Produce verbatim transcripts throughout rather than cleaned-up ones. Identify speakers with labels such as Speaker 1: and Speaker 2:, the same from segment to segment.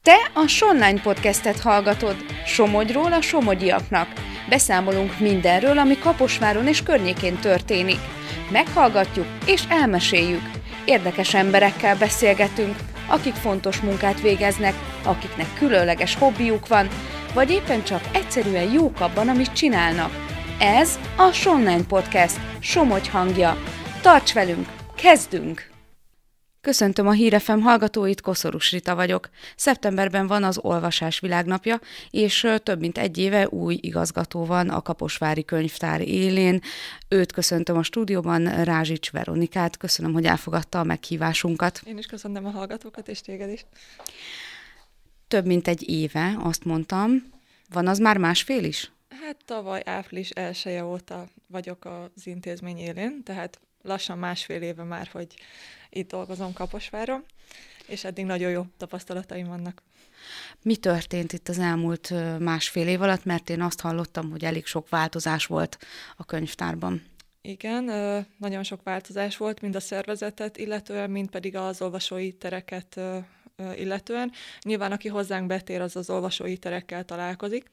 Speaker 1: Te a Sonline podcastet hallgatod, Somogyról a somogyiaknak. Beszámolunk mindenről, ami Kaposváron és környékén történik. Meghallgatjuk és elmeséljük. Érdekes emberekkel beszélgetünk, akik fontos munkát végeznek, akiknek különleges hobbiuk van, vagy éppen csak egyszerűen jók abban, amit csinálnak. Ez a Sonline podcast, Somogy hangja. Tarts velünk, kezdünk! Köszöntöm a Hír ef em hallgatóit, Koszorús Rita vagyok. Szeptemberben van az Olvasás Világnapja, és több mint egy éve új igazgató van a Kaposvári Könyvtár élén. Őt köszöntöm a stúdióban, Rázsics Veronikát. Köszönöm, hogy elfogadta a meghívásunkat.
Speaker 2: Én is köszönöm a hallgatókat, és téged is.
Speaker 1: Több mint egy éve, azt mondtam. Van az már másfél is?
Speaker 2: Hát tavaly április elseje óta vagyok az intézmény élén, tehát lassan másfél éve már, hogy itt dolgozom Kaposváron, és eddig nagyon jó tapasztalataim vannak.
Speaker 1: Mi történt itt az elmúlt másfél év alatt, mert én azt hallottam, hogy elég sok változás volt a könyvtárban.
Speaker 2: Igen, nagyon sok változás volt, mind a szervezetet illetően, mind pedig az olvasói tereket illetően. Nyilván, aki hozzánk betér, az az olvasói terekkel találkozik.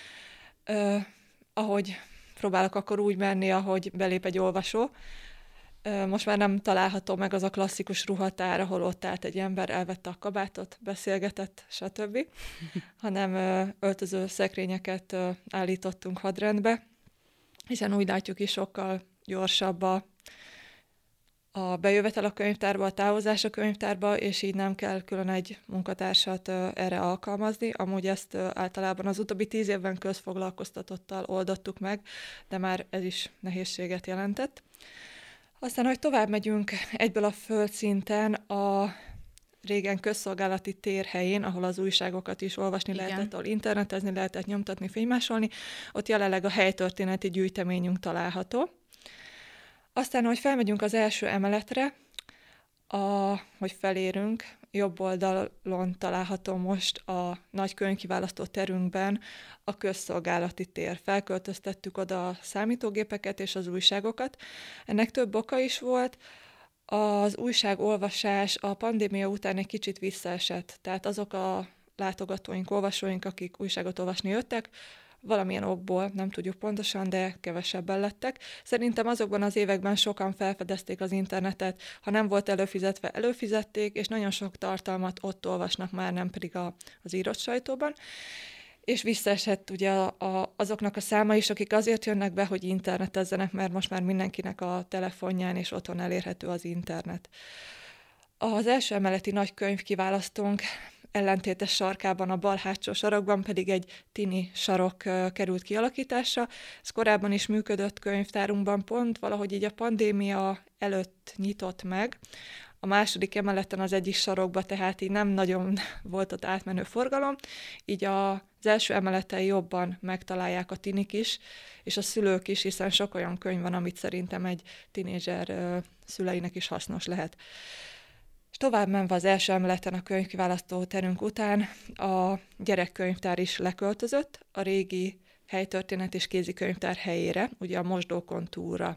Speaker 2: Ahogy próbálok akkor úgy menni, ahogy belép egy olvasó, most már nem található meg az a klasszikus ruhatár, ahol ott állt egy ember, elvette a kabátot, beszélgetett, stb., hanem öltöző szekrényeket állítottunk hadrendbe, hiszen úgy látjuk is sokkal gyorsabb a, a bejövetel a könyvtárba, a távozás a könyvtárba, és így nem kell külön egy munkatársat erre alkalmazni. Amúgy ezt általában az utóbbi tíz évben közfoglalkoztatottal oldottuk meg, de már ez is nehézséget jelentett. Aztán, hogy tovább megyünk egyből a földszinten, a régen közszolgálati térhelyén, ahol az újságokat is olvasni Igen. lehetett, ahol internetezni lehetett, nyomtatni, fénymásolni, ott jelenleg a helytörténeti gyűjteményünk található. Aztán, hogy felmegyünk az első emeletre, a, hogy felérünk, jobb oldalon található most a nagy könyvkiválasztó terünkben a közszolgálati tér. Felköltöztettük oda a számítógépeket és az újságokat. Ennek több oka is volt. Az újságolvasás a pandémia után egy kicsit visszaesett. Tehát azok a látogatóink, olvasóink, akik újságot olvasni jöttek, valamilyen okból, nem tudjuk pontosan, de kevesebben lettek. Szerintem azokban az években sokan felfedezték az internetet, ha nem volt előfizetve, előfizették, és nagyon sok tartalmat ott olvasnak már, nem pedig a, az írott sajtóban. És visszaesett ugye a, a, azoknak a száma is, akik azért jönnek be, hogy internetezzenek, mert most már mindenkinek a telefonján és otthon elérhető az internet. Az első emeleti nagy könyvkiválasztónk ellentétes sarkában, a bal hátsó sarokban pedig egy tini sarok került kialakításra. Ez korábban is működött könyvtárunkban, pont valahogy így a pandémia előtt nyitott meg. A második emeleten az egyik sarokba, tehát így nem nagyon volt ott átmenő forgalom, így az első emeleten jobban megtalálják a tinik is, és a szülők is, hiszen sok olyan könyv van, amit szerintem egy tinédzser szüleinek is hasznos lehet. És tovább menve az első emeleten a könyvkiválasztó terünk után a gyerekkönyvtár is leköltözött a régi helytörténet és kézikönyvtár helyére, ugye a mosdókon túlra.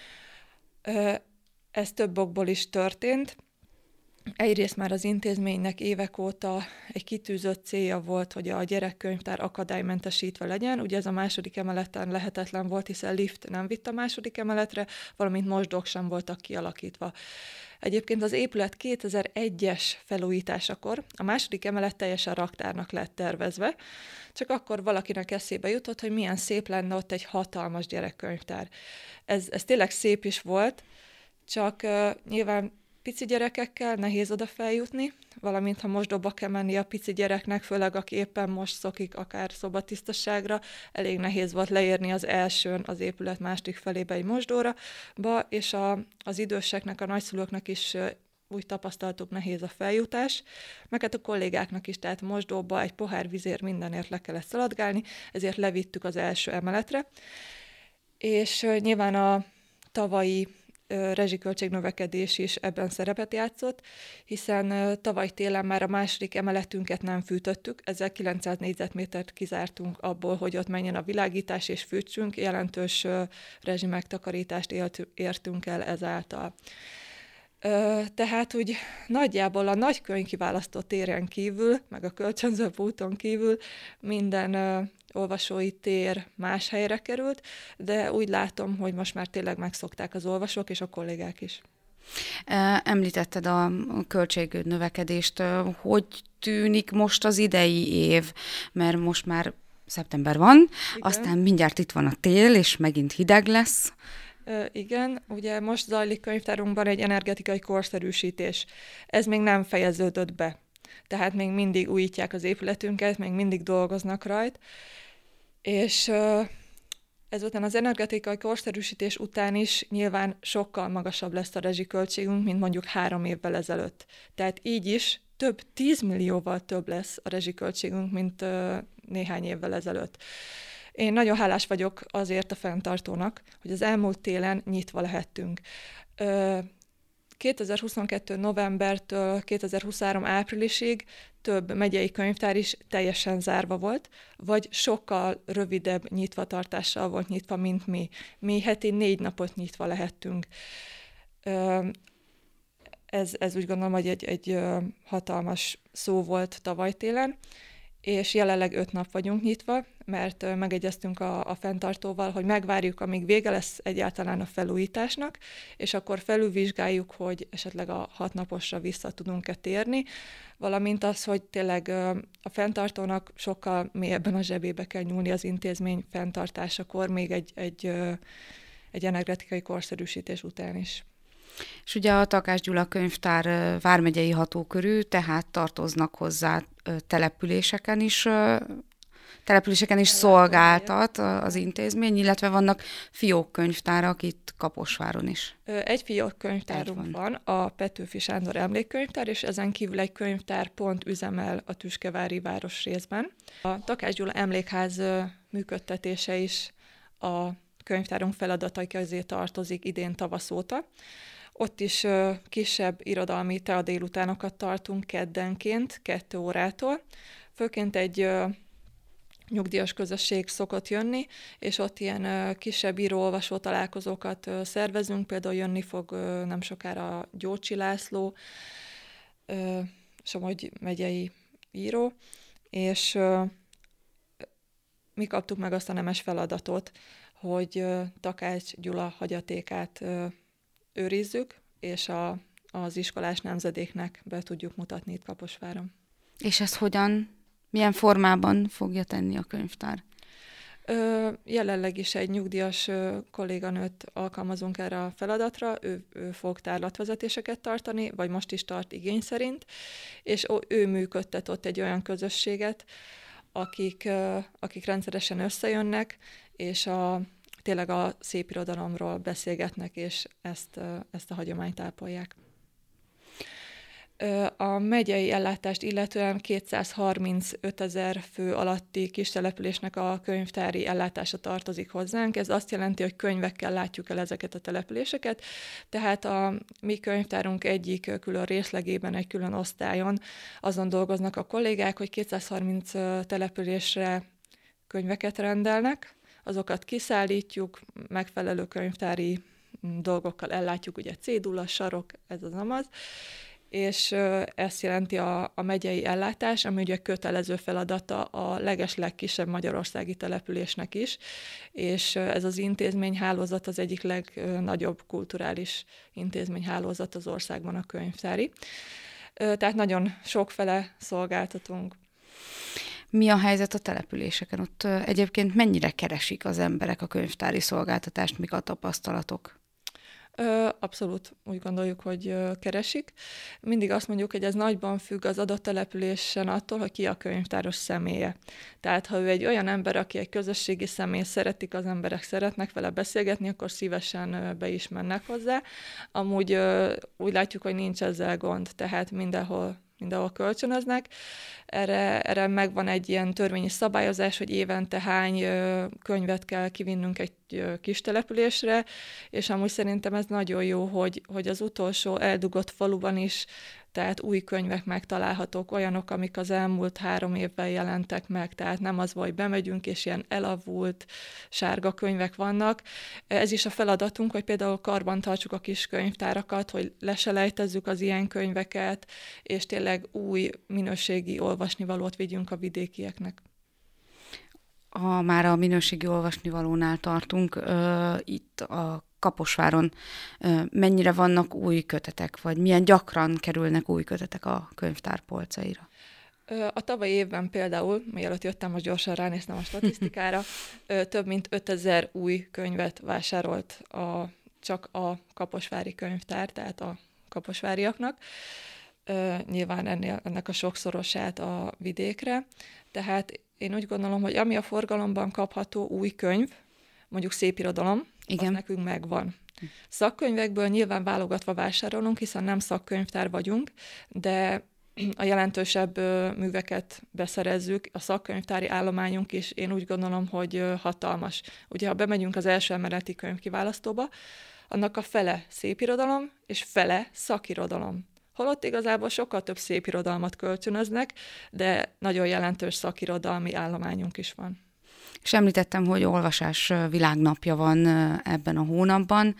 Speaker 2: Ez több okból is történt. Egyrészt már az intézménynek évek óta egy kitűzött célja volt, hogy a gyerekkönyvtár akadálymentesítve legyen. Ugye ez a második emeleten lehetetlen volt, hiszen lift nem vitt a második emeletre, valamint mosdók sem voltak kialakítva. Egyébként az épület kétezer-egyes felújításakor a második emelet teljesen raktárnak lett tervezve, csak akkor valakinek eszébe jutott, hogy milyen szép lenne ott egy hatalmas gyerekkönyvtár. Ez, ez tényleg szép is volt, csak uh, nyilván pici gyerekekkel nehéz oda feljutni, valamint ha mosdóba kell menni a pici gyereknek, főleg aki éppen most szokik akár szobatisztaságra, elég nehéz volt leérni az elsőn az épület második felébe egy mosdóra, ba, és a, az időseknek, a nagyszülőknek is úgy tapasztaltuk, nehéz a feljutás, meg hát a kollégáknak is, tehát mosdóba egy pohár vízért mindenért le kellett szaladgálni, ezért levittük az első emeletre, és uh, nyilván a tavalyi rezsiköltségnövekedés is ebben szerepet játszott, hiszen tavaly télen már a második emeletünket nem fűtöttük, ezzel kilencszáz négyzetmétert kizártunk abból, hogy ott menjen a világítás és fűtsünk, jelentős rezsimegtakarítást értünk el ezáltal. Tehát úgy nagyjából a nagy könyvkiválasztó téren kívül, meg a kölcsönző úton kívül minden olvasói tér más helyre került, de úgy látom, hogy most már tényleg megszokták az olvasók és a kollégák is.
Speaker 1: Említetted a költségnövekedést. Hogy tűnik most az idei év? Mert most már szeptember van, igen. Aztán mindjárt itt van a tél, és megint hideg lesz.
Speaker 2: Igen, ugye most zajlik könyvtárunkban egy energetikai korszerűsítés. Ez még nem fejeződött be. Tehát még mindig újítják az épületünket, még mindig dolgoznak rajta. És ezután az energetikai korszerűsítés után is nyilván sokkal magasabb lesz a rezsiköltségünk, mint mondjuk három évvel ezelőtt. Tehát így is több tízmillióval több lesz a rezsiköltségünk, mint néhány évvel ezelőtt. Én nagyon hálás vagyok azért a fenntartónak, hogy az elmúlt télen nyitva lehettünk. kétezer-huszonkettő novembertől kétezer-huszonhárom áprilisig több megyei könyvtár is teljesen zárva volt, vagy sokkal rövidebb nyitvatartással volt nyitva, mint mi. Mi heti négy napot nyitva lehettünk. Ez, ez úgy gondolom, hogy egy, egy hatalmas szó volt tavaly télen, és jelenleg öt nap vagyunk nyitva, mert megegyeztünk a, a fenntartóval, hogy megvárjuk, amíg vége lesz egyáltalán a felújításnak, és akkor felülvizsgáljuk, hogy esetleg a hat naposra vissza tudunk-e térni, valamint az, hogy tényleg a fenntartónak sokkal mélyebben a zsebébe kell nyúlni az intézmény fenntartásakor, még egy, egy, egy energetikai korszerűsítés után is.
Speaker 1: És ugye a Takács Gyula könyvtár vármegyei hatókörű, tehát tartoznak hozzá településeken is, településeken is szolgáltat az intézmény, illetve vannak fiókkönyvtárak itt Kaposváron is.
Speaker 2: Egy fiókkönyvtárunk van. van, a Petőfi Sándor Emlékkönyvtár, és ezen kívül egy könyvtár pont üzemel a Tüskevári városrészben. A Takács Gyula Emlékház működtetése is a könyvtárunk feladatai közé tartozik idén tavasz óta. Ott is uh, kisebb irodalmi tea délutánokat tartunk keddenként, kettő órától. Főként egy uh, nyugdíjas közösség szokott jönni, és ott ilyen uh, kisebb író-olvasó találkozókat uh, szervezünk. Például jönni fog uh, nem sokára Gyócsi László, uh, Somogy megyei író, és uh, mi kaptuk meg azt a nemes feladatot, hogy uh, Takács Gyula hagyatékát uh, őrizzük, és a, az iskolás nemzedéknek be tudjuk mutatni itt Kaposváron.
Speaker 1: És ezt hogyan, milyen formában fogja tenni a könyvtár?
Speaker 2: Ö, jelenleg is egy nyugdíjas ö, kolléganőt alkalmazunk erre a feladatra, ő, ő fog tárlatvezetéseket tartani, vagy most is tart igény szerint, és ó, ő működtet ott egy olyan közösséget, akik, ö, akik rendszeresen összejönnek, és a tényleg a szép irodalomról beszélgetnek, és ezt, ezt a hagyományt ápolják. A megyei ellátást illetően kétszázharmincötezer fő alatti kistelepülésnek a könyvtári ellátása tartozik hozzánk. Ez azt jelenti, hogy könyvekkel látjuk el ezeket a településeket, tehát a mi könyvtárunk egyik külön részlegében, egy külön osztályon azon dolgoznak a kollégák, hogy kétszázharminc településre könyveket rendelnek, azokat kiszállítjuk, megfelelő könyvtári dolgokkal ellátjuk, ugye cédula, sarok, ez az amaz, és ezt jelenti a, a megyei ellátás, ami ugye kötelező feladata a legeslegkisebb magyarországi településnek is, és ez az intézményhálózat az egyik legnagyobb kulturális intézményhálózat az országban, a könyvtári. Tehát nagyon sokfele szolgáltatunk.
Speaker 1: Mi a helyzet a településeken? Ott egyébként mennyire keresik az emberek a könyvtári szolgáltatást, mik a tapasztalatok?
Speaker 2: Abszolút úgy gondoljuk, hogy keresik. Mindig azt mondjuk, hogy ez nagyban függ az adott településen attól, hogy ki a könyvtáros személye. Tehát ha ő egy olyan ember, aki egy közösségi személy, szeretik az emberek, szeretnek vele beszélgetni, akkor szívesen be is mennek hozzá. Amúgy úgy látjuk, hogy nincs ezzel gond, tehát mindenhol mindenhol kölcsönöznek. Erre, erre megvan egy ilyen törvényi szabályozás, hogy évente hány ö, könyvet kell kivinnünk egy ö, kis településre, és amúgy szerintem ez nagyon jó, hogy, hogy az utolsó eldugott faluban is tehát új könyvek megtalálhatók, olyanok, amik az elmúlt három évben jelentek meg, tehát nem az, hogy bemegyünk, és ilyen elavult, sárga könyvek vannak. Ez is a feladatunk, hogy például karban tartsuk a kis könyvtárakat, hogy leselejtezzük az ilyen könyveket, és tényleg új minőségi olvasnivalót vigyünk a vidékieknek.
Speaker 1: Ha már a minőségi olvasnivalónál tartunk, uh, itt a Kaposváron uh, mennyire vannak új kötetek, vagy milyen gyakran kerülnek új kötetek a könyvtár polcaira?
Speaker 2: A tavalyi évben például, mielőtt jöttem, most gyorsan ránéztem a statisztikára, több mint ötezer új könyvet vásárolt a, csak a kaposvári könyvtár, tehát a kaposváriaknak. Nyilván ennél, ennek a sokszorosát a vidékre. Tehát én úgy gondolom, hogy ami a forgalomban kapható új könyv, mondjuk szépirodalom, az nekünk megvan. Szakkönyvekből nyilván válogatva vásárolunk, hiszen nem szakkönyvtár vagyunk, de a jelentősebb műveket beszerezzük, a szakkönyvtári állományunk is, én úgy gondolom, hogy hatalmas. Ugye, ha bemegyünk az első emeleti könyvkiválasztóba, annak a fele szépirodalom és fele szakirodalom. Holott igazából sokkal több szépirodalmat kölcsönöznek, de nagyon jelentős szakirodalmi állományunk is van.
Speaker 1: És említettem, hogy olvasás világnapja van ebben a hónapban.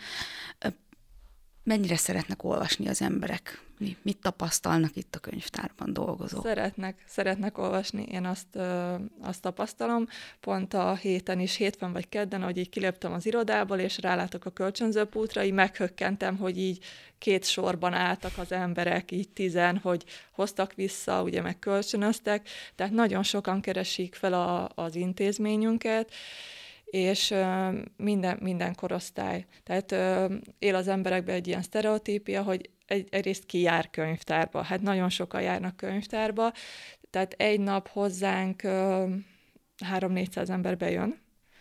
Speaker 1: Mennyire szeretnek olvasni az emberek? Mit tapasztalnak itt a könyvtárban dolgozók?
Speaker 2: Szeretnek, szeretnek olvasni, én azt, ö, azt tapasztalom. Pont a héten is, hétfőn vagy kedden, ahogy így kiléptem az irodából, és rálátok a kölcsönzőpultra, így meghökkentem, hogy így két sorban álltak az emberek, így tizen, hogy hoztak vissza, ugye meg kölcsönöztek, tehát nagyon sokan keresik fel a, az intézményünket, és uh, minden, minden korosztály. Tehát uh, él az emberekben egy ilyen sztereotípia, hogy egy, egyrészt ki jár könyvtárba. Hát nagyon sokan járnak könyvtárba, tehát egy nap hozzánk uh, három-négyszáz ember bejön,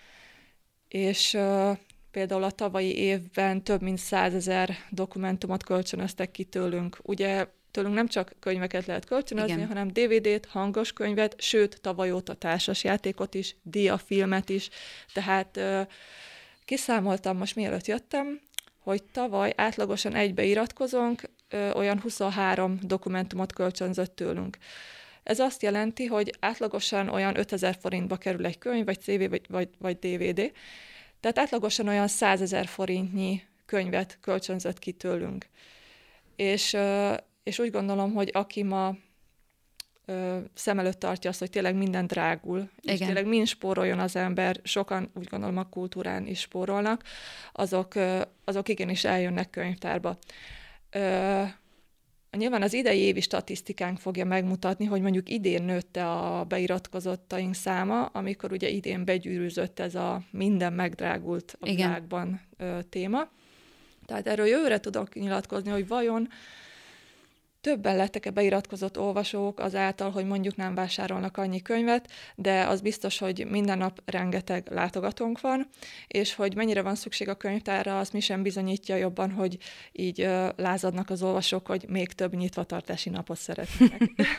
Speaker 2: és uh, például a tavalyi évben több mint százezer dokumentumot kölcsönöztek ki tőlünk. Ugye tőlünk nem csak könyveket lehet kölcsönözni, igen, hanem dé vé dét, hangos könyvet, sőt, tavaly óta társasjátékot is, diafilmet is. Tehát uh, kiszámoltam most, mielőtt jöttem, hogy tavaly átlagosan egy beiratkozónk uh, olyan huszonhárom dokumentumot kölcsönzött tőlünk. Ez azt jelenti, hogy átlagosan olyan ötezer forintba kerül egy könyv, vagy cé vé, vagy, vagy, vagy dé vé dé. Tehát átlagosan olyan százezer forintnyi könyvet kölcsönzött ki tőlünk. És uh, És úgy gondolom, hogy aki ma ö, szem előtt tartja azt, hogy tényleg minden drágul, igen, és tényleg mind spóroljon az ember, sokan úgy gondolom a kultúrán is spórolnak, azok, ö, azok igenis eljönnek könyvtárba. Ö, nyilván az idei évi statisztikánk fogja megmutatni, hogy mondjuk idén nőtte a beiratkozottaink száma, amikor ugye idén begyűrűzött ez a minden megdrágult a világban ö, téma. Tehát erről jövőre tudok nyilatkozni, hogy vajon többen lettek-e beiratkozott olvasók azáltal, hogy mondjuk nem vásárolnak annyi könyvet, de az biztos, hogy minden nap rengeteg látogatónk van, és hogy mennyire van szükség a könyvtárra, azt mi sem bizonyítja jobban, hogy így uh, lázadnak az olvasók, hogy még több nyitvatartási napot szeretnének.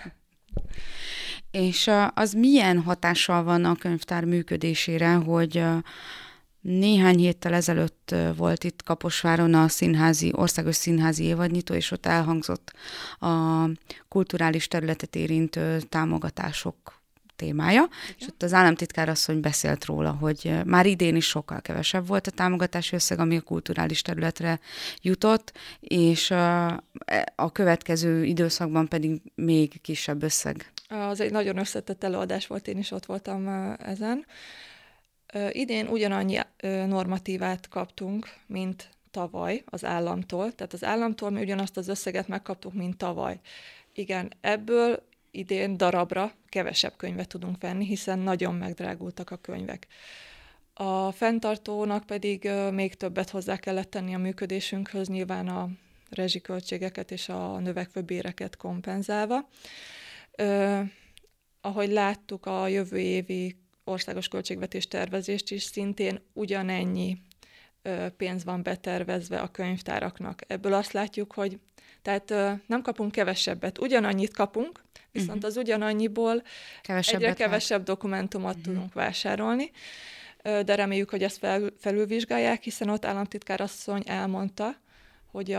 Speaker 1: És uh, az milyen hatással van a könyvtár működésére, hogy uh, néhány héttel ezelőtt volt itt Kaposváron a színházi, országos színházi évadnyitó, és ott elhangzott a kulturális területet érintő támogatások témája, igen, és ott az államtitkár asszony beszélt róla, hogy már idén is sokkal kevesebb volt a támogatási összeg, ami a kulturális területre jutott, és a következő időszakban pedig még kisebb összeg.
Speaker 2: Az egy nagyon összetett előadás volt, én is ott voltam ezen. Idén ugyanannyi normatívát kaptunk, mint tavaly az államtól. Tehát az államtól mi ugyanazt az összeget megkaptuk, mint tavaly. Igen, ebből idén darabra kevesebb könyvet tudunk venni, hiszen nagyon megdrágultak a könyvek. A fenntartónak pedig még többet hozzá kellett tenni a működésünkhöz, nyilván a rezsiköltségeket és a növekvő béreket kompenzálva. Ö, ahogy láttuk a jövő évi országos költségvetés tervezést is, szintén ugyanennyi ö, pénz van betervezve a könyvtáraknak. Ebből azt látjuk, hogy tehát ö, nem kapunk kevesebbet, ugyanannyit kapunk, viszont uh-huh. az ugyanannyiból egyre kevesebb lát. dokumentumot uh-huh. tudunk vásárolni, ö, de reméljük, hogy ezt fel, felülvizsgálják, hiszen ott államtitkár asszony elmondta, hogy a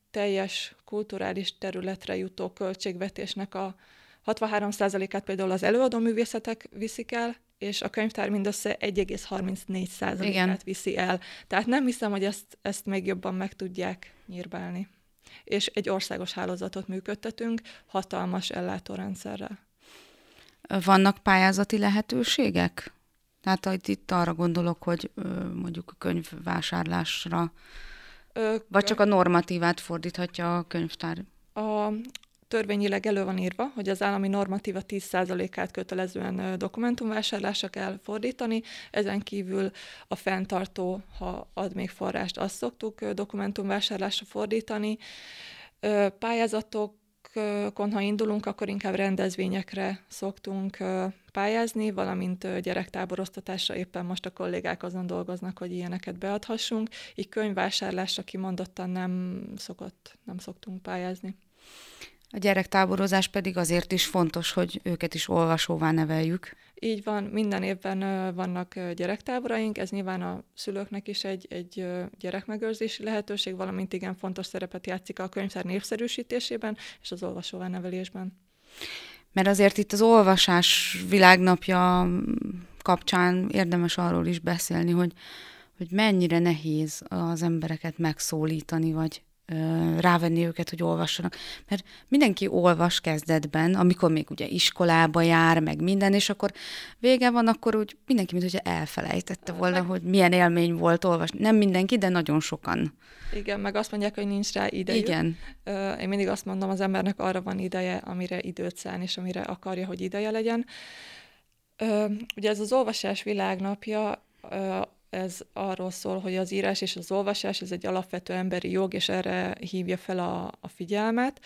Speaker 2: teljes kulturális területre jutó költségvetésnek a hatvanhárom százalékát például az előadóművészetek viszik el, és a könyvtár mindössze egy egész harmincnégy százalékát viszi el. Tehát nem hiszem, hogy ezt, ezt még jobban meg tudják nyírbálni. És egy országos hálózatot működtetünk, hatalmas ellátórendszerrel.
Speaker 3: Vannak pályázati lehetőségek? Tehát itt arra gondolok, hogy mondjuk a könyvvásárlásra, Ö, vagy csak a normatívát fordíthatja a könyvtár?
Speaker 2: A törvényileg elő van írva, hogy az állami normatíva tíz százalékát kötelezően dokumentumvásárlásra kell fordítani, ezen kívül a fenntartó, ha ad még forrást, azt szoktuk dokumentumvásárlásra fordítani. Pályázatokon, ha indulunk, akkor inkább rendezvényekre szoktunk pályázni, valamint gyerektáboroztatásra. Éppen most a kollégák azon dolgoznak, hogy ilyeneket beadhassunk. Így könyvvásárlásra kimondottan nem szokott, nem szoktunk pályázni.
Speaker 3: A gyerektáborozás pedig azért is fontos, hogy őket is olvasóvá neveljük.
Speaker 2: Így van, minden évben vannak gyerektáboraink, ez nyilván a szülőknek is egy, egy gyerekmegőrzési lehetőség, valamint igen fontos szerepet játszik a könyvtár népszerűsítésében és az olvasóvá nevelésben.
Speaker 3: Mert azért itt az olvasás világnapja kapcsán érdemes arról is beszélni, hogy, hogy mennyire nehéz az embereket megszólítani, vagy rávenni őket, hogy olvassanak. Mert mindenki olvas kezdetben, amikor még ugye iskolába jár, meg minden, és akkor vége van, akkor úgy mindenki, mintha elfelejtette volna, meg... hogy milyen élmény volt olvasni. Nem mindenki, de nagyon sokan.
Speaker 2: Igen, meg azt mondják, hogy nincs rá idejük.
Speaker 3: Igen.
Speaker 2: Én mindig azt mondom, az embernek arra van ideje, amire időt szán, és amire akarja, hogy ideje legyen. Ugye ez az olvasás világnapja, ez arról szól, hogy az írás és az olvasás, ez egy alapvető emberi jog, és erre hívja fel a, a figyelmet.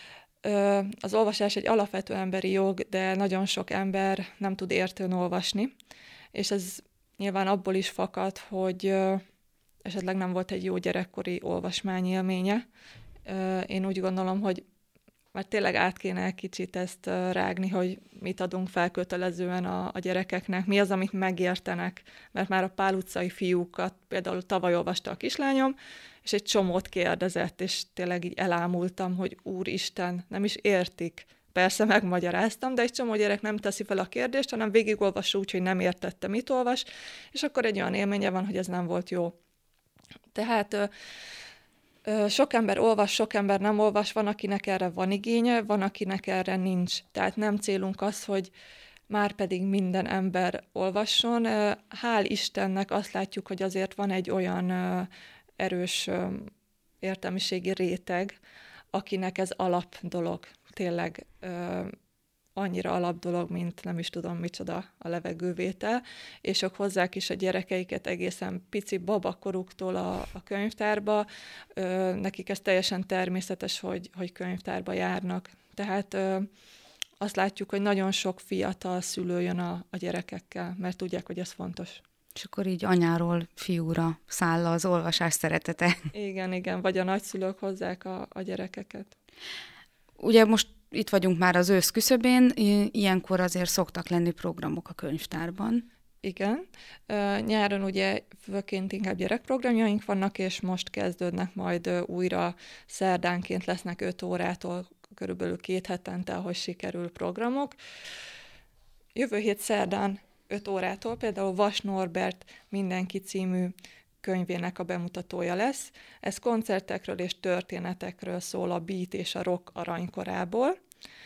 Speaker 2: Az olvasás egy alapvető emberi jog, de nagyon sok ember nem tud értően olvasni, és ez nyilván abból is fakad, hogy esetleg nem volt egy jó gyerekkori olvasmányélménye. Én úgy gondolom, hogy mert tényleg át kéne kicsit ezt rágni, hogy mit adunk fel kötelezően a, a gyerekeknek, mi az, amit megértenek, mert már a Pál utcai fiúkat például tavaly olvasta a kislányom, és egy csomót kérdezett, és tényleg így elámultam, hogy úristen, nem is értik. Persze megmagyaráztam, de egy csomó gyerek nem teszi fel a kérdést, hanem végigolvassa úgy, hogy nem értette, mit olvas, és akkor egy olyan élménye van, hogy ez nem volt jó. Tehát sok ember olvas, sok ember nem olvas, van, akinek erre van igénye, van, akinek erre nincs. Tehát nem célunk az, hogy már pedig minden ember olvasson. Hál' Istennek azt látjuk, hogy azért van egy olyan erős értelmiségi réteg, akinek ez alap dolog. Tényleg annyira alap dolog, mint nem is tudom micsoda a levegővétel, és ők hozzák is a gyerekeiket egészen pici babakoruktól a, a könyvtárba. Ö, nekik ez teljesen természetes, hogy, hogy könyvtárba járnak. Tehát ö, azt látjuk, hogy nagyon sok fiatal szülő jön a, a gyerekekkel, mert tudják, hogy ez fontos.
Speaker 3: És akkor így anyáról fiúra száll az olvasás szeretete.
Speaker 2: Igen, igen, vagy a nagyszülők hozzák a, a gyerekeket.
Speaker 3: Ugye most itt vagyunk már az ősz küszöbén, ilyenkor azért szoktak lenni programok a könyvtárban.
Speaker 2: Igen. Nyáron ugye főként inkább gyerekprogramjaink vannak, és most kezdődnek majd újra szerdánként lesznek öt órától körülbelül két hetente, ahogy sikerül programok. Jövő hét szerdán öt órától például Vas Norbert Mindenki című könyvének a bemutatója lesz. Ez koncertekről és történetekről szól a beat és a rock aranykorából.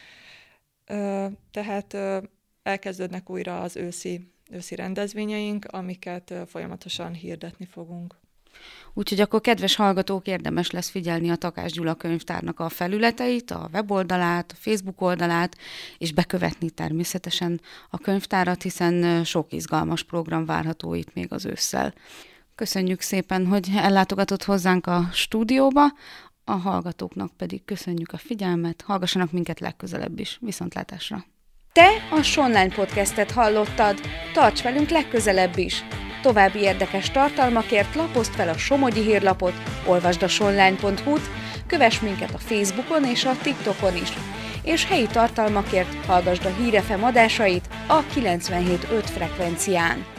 Speaker 2: Tehát elkezdődnek újra az őszi, őszi rendezvényeink, amiket folyamatosan hirdetni fogunk.
Speaker 3: Úgyhogy akkor, kedves hallgatók, érdemes lesz figyelni a Takács Gyula könyvtárnak a felületeit, a weboldalát, a Facebook oldalát, és bekövetni természetesen a könyvtárat, hiszen sok izgalmas program várható itt még az ősszel. Köszönjük szépen, hogy ellátogatott hozzánk a stúdióba, a hallgatóknak pedig köszönjük a figyelmet, hallgassanak minket legközelebb is. Viszontlátásra!
Speaker 1: Te a Sonline Podcastet hallottad, tarts velünk legközelebb is! További érdekes tartalmakért lapozd fel a Somogyi hírlapot, olvasd a sonline pont hu-t, kövess minket a Facebookon és a TikTokon is, és helyi tartalmakért hallgasd a Hír ef em adásait a kilencvenhét pont öt frekvencián.